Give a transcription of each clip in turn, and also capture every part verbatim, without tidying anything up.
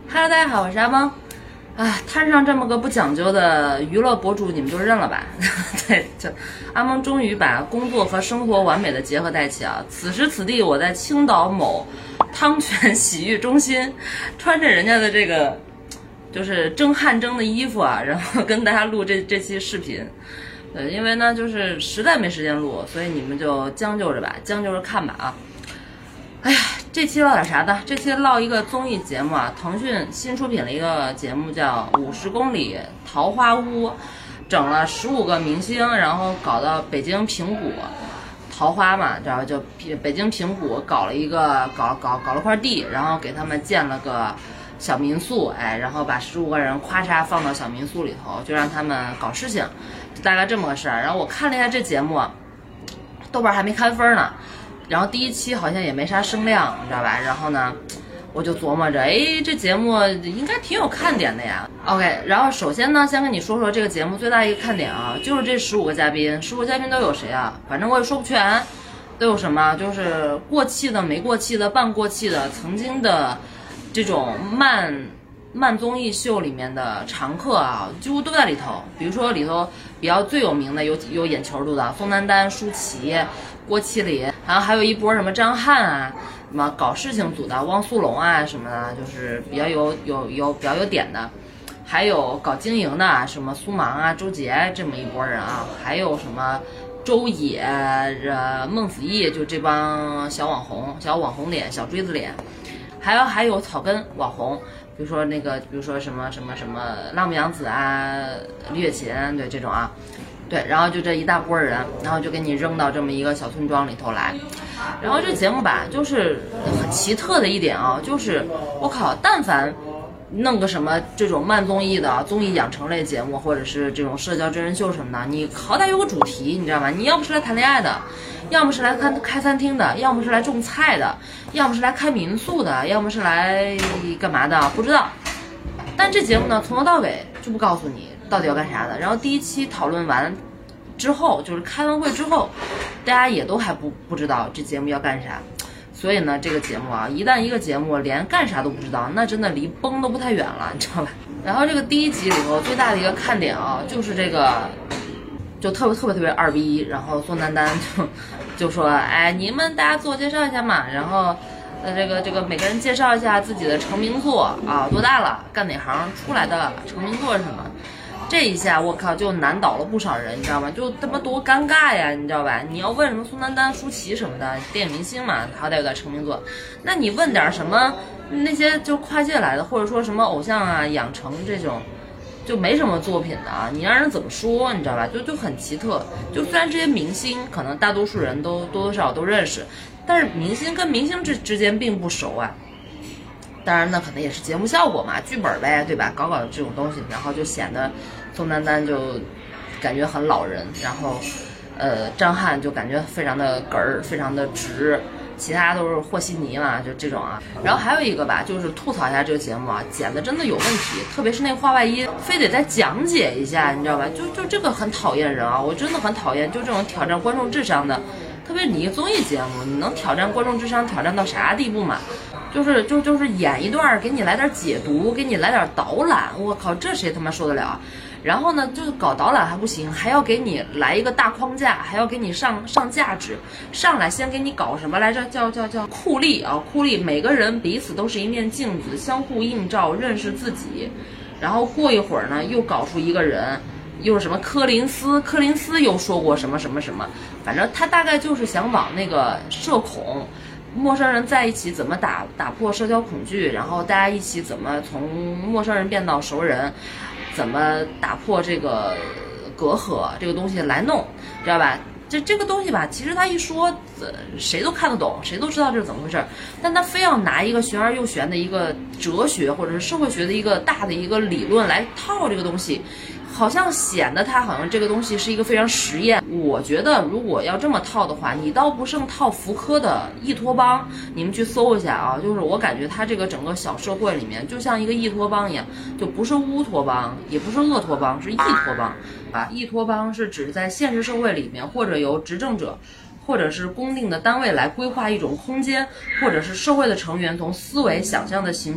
Hello， 大家好，我是阿猫。啊，摊上这么个不讲究的娱乐博主，你们就认了吧。对，就阿蒙终于把工作和生活完美的结合在一起啊！此时此地，我在青岛某汤泉洗浴中心，穿着人家的这个就是蒸汗蒸的衣服啊，然后跟大家录这这期视频。对，因为呢，就是实在没时间录，所以你们就将就着吧，将就着看吧啊。哎呀，这期唠点啥呢？这期唠一个综艺节目啊，腾讯新出品了一个节目叫《五十公里桃花坞》，整了十五个明星，然后搞到北京平谷，桃花嘛，然后就北京平谷搞了一个搞搞搞了块地，然后给他们建了个小民宿，哎，然后把十五个人咔嚓放到小民宿里头，就让他们搞事情，大概这么个事儿。然后我看了一下这节目，豆瓣还没开分呢。然后第一期好像也没啥声量，你知道吧？然后呢，我就琢磨着，哎，这节目应该挺有看点的呀。OK， 然后首先呢，先跟你说说这个节目最大一个看点啊，就是这十五个嘉宾，十五个嘉宾都有谁啊？反正我也说不全，都有什么？就是过气的、没过气的、半过气的，曾经的这种慢慢综艺秀里面的常客啊，几乎都在里头。比如说里头比较最有名的有有眼球度的宋丹丹、舒淇、郭麒麟，然后还有一波什么张翰啊，什么搞事情组的汪苏泷啊什么的，就是比较有有有比较有点的，还有搞经营的什么苏芒啊、周杰这么一波人啊，还有什么周也、呃孟子义，就这帮小网红、小网红脸、小锥子脸，还有还有草根网红，比如说那个，比如说什么什么什么浪木洋子啊、李雪琴，对这种啊。对，然后就这一大波人，然后就给你扔到这么一个小村庄里头来。然后这节目吧，就是很奇特的一点啊，就是我靠，但凡弄个什么这种慢综艺的综艺养成类节目，或者是这种社交真人秀什么的，你好歹有个主题，你知道吗？你要不是来谈恋爱的，要么是来开开餐厅的，要么是来种菜的，要么是来开民宿的，要么是来干嘛的，不知道。但这节目呢，从头到尾就不告诉你到底要干啥的。然后第一期讨论完之后，就是开完会之后，大家也都还不不知道这节目要干啥。所以呢，这个节目啊，一旦一个节目连干啥都不知道，那真的离崩都不太远了，你知道吧？然后这个第一集里头最大的一个看点啊，就是这个就特别特别特别二逼，然后宋丹丹就就说，哎，你们大家自我介绍一下嘛，然后呃，这个这个每个人介绍一下自己的成名作啊，多大了，干哪行出来的，成名作是什么？这一下我靠，就难倒了不少人，你知道吗？就他妈多尴尬呀，你知道吧？你要问什么宋丹丹、舒淇什么的，电影明星嘛，好歹有点成名作。那你问点什么那些就跨界来的，或者说什么偶像啊、养成这种，就没什么作品的啊，你让人怎么说？你知道吧？就就很奇特。就虽然这些明星可能大多数人都多多少少都认识。但是明星跟明星之之间并不熟啊，当然呢，可能也是节目效果嘛，剧本呗，对吧？搞搞这种东西，然后就显得宋丹丹就感觉很老人，然后呃，张翰就感觉非常的哏儿，非常的直，其他都是和稀泥嘛，就这种啊。然后还有一个吧，就是吐槽一下这个节目啊，剪的真的有问题，特别是那个话外音，非得再讲解一下，你知道吧？就就这个很讨厌人啊，我真的很讨厌，就这种挑战观众智商的。特别你一个综艺节目，你能挑战观众智商挑战到啥地步嘛？就是就就是演一段，给你来点解读，给你来点导览，我靠，这谁他妈受得了啊？然后呢，就是搞导览还不行，还要给你来一个大框架，还要给你上上价值，上来先给你搞什么来着？叫叫叫酷吏啊，酷吏，每个人彼此都是一面镜子，相互映照，认识自己。然后过一会儿呢，又搞出一个人。又是什么柯林斯？柯林斯又说过什么什么什么？反正他大概就是想往那个社恐，陌生人在一起怎么打打破社交恐惧，然后大家一起怎么从陌生人变到熟人，怎么打破这个隔阂这个东西来弄，知道吧？这这个东西吧，其实他一说，呃，谁都看得懂，谁都知道这是怎么回事，但他非要拿一个玄而又玄的一个哲学或者是社会学的一个大的一个理论来套这个东西。好像显得他好像这个东西是一个非常实验。我觉得如果要这么套的话，你倒不胜套福柯的《异托邦》，你们去搜一下啊。就是我感觉他这个整个小社会里面，就像一个异托邦一样，就不是乌托邦，也不是厄托邦，是异托邦啊。异托邦是指在现实社会里面，或者由执政者或者是公定的单位来规划一种空间，或者是社会的成员从思维、想象的形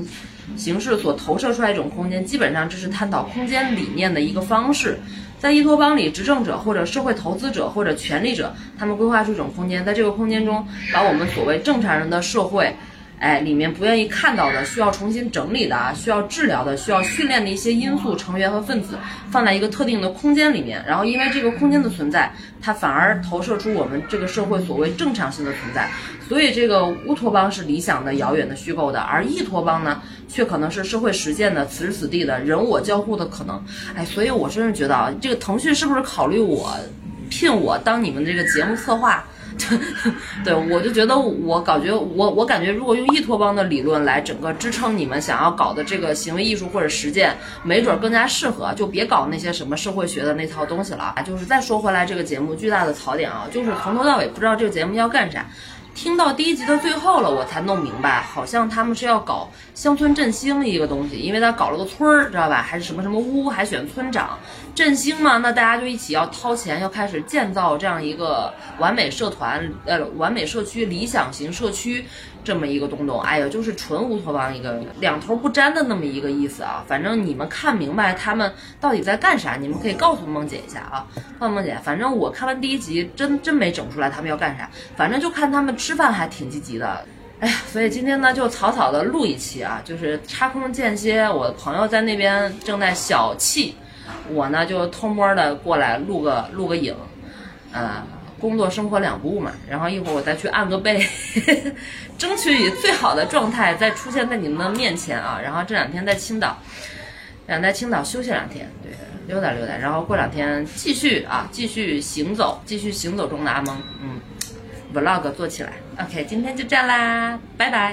形式所投射出来一种空间，基本上这是探讨空间理念的一个方式。在依托邦里，执政者或者社会投资者或者权力者，他们规划出一种空间，在这个空间中，把我们所谓正常人的社会，哎，里面不愿意看到的、需要重新整理的啊、需要治疗的、需要训练的一些因素、成员和分子，放在一个特定的空间里面。然后，因为这个空间的存在，它反而投射出我们这个社会所谓正常性的存在。所以，这个乌托邦是理想的、遥远的、虚构的，而依托邦呢，却可能是社会实践的、此时此地的人我交互的可能。哎，所以我真是觉得啊，这个腾讯是不是考虑我聘我当你们这个节目策划？对，我就觉得我感觉我我感觉，如果用依托邦的理论来整个支撑你们想要搞的这个行为艺术或者实践，没准更加适合，就别搞那些什么社会学的那套东西了啊。就是再说回来，这个节目巨大的槽点啊，就是从头到尾不知道这个节目要干啥。听到第一集的最后了，我才弄明白，好像他们是要搞乡村振兴一个东西，因为他搞了个村儿，知道吧？还是什么什么屋，还选村长，振兴嘛，那大家就一起要掏钱，要开始建造这样一个完美社团，呃，完美社区、理想型社区这么一个东东。哎呀，就是纯乌托邦一个两头不沾的那么一个意思啊。反正你们看明白他们到底在干啥，你们可以告诉梦姐一下啊，告诉梦姐。反正我看完第一集，真真没整出来他们要干啥，反正就看他们吃饭还挺积极的。哎呀，所以今天呢就草草的录一期啊，就是插空间歇，我的朋友在那边正在小憩，我呢就偷摸的过来录个录个影，呃，工作生活两不误嘛。然后一会儿我再去按个背，争取以最好的状态再出现在你们的面前啊。然后这两天在青岛，想在青岛休息两天，对，溜达溜达，然后过两天继续啊，继续行走，继续行走中的阿蒙，嗯。vlog 做起来 ，OK， 今天就这样啦，拜拜。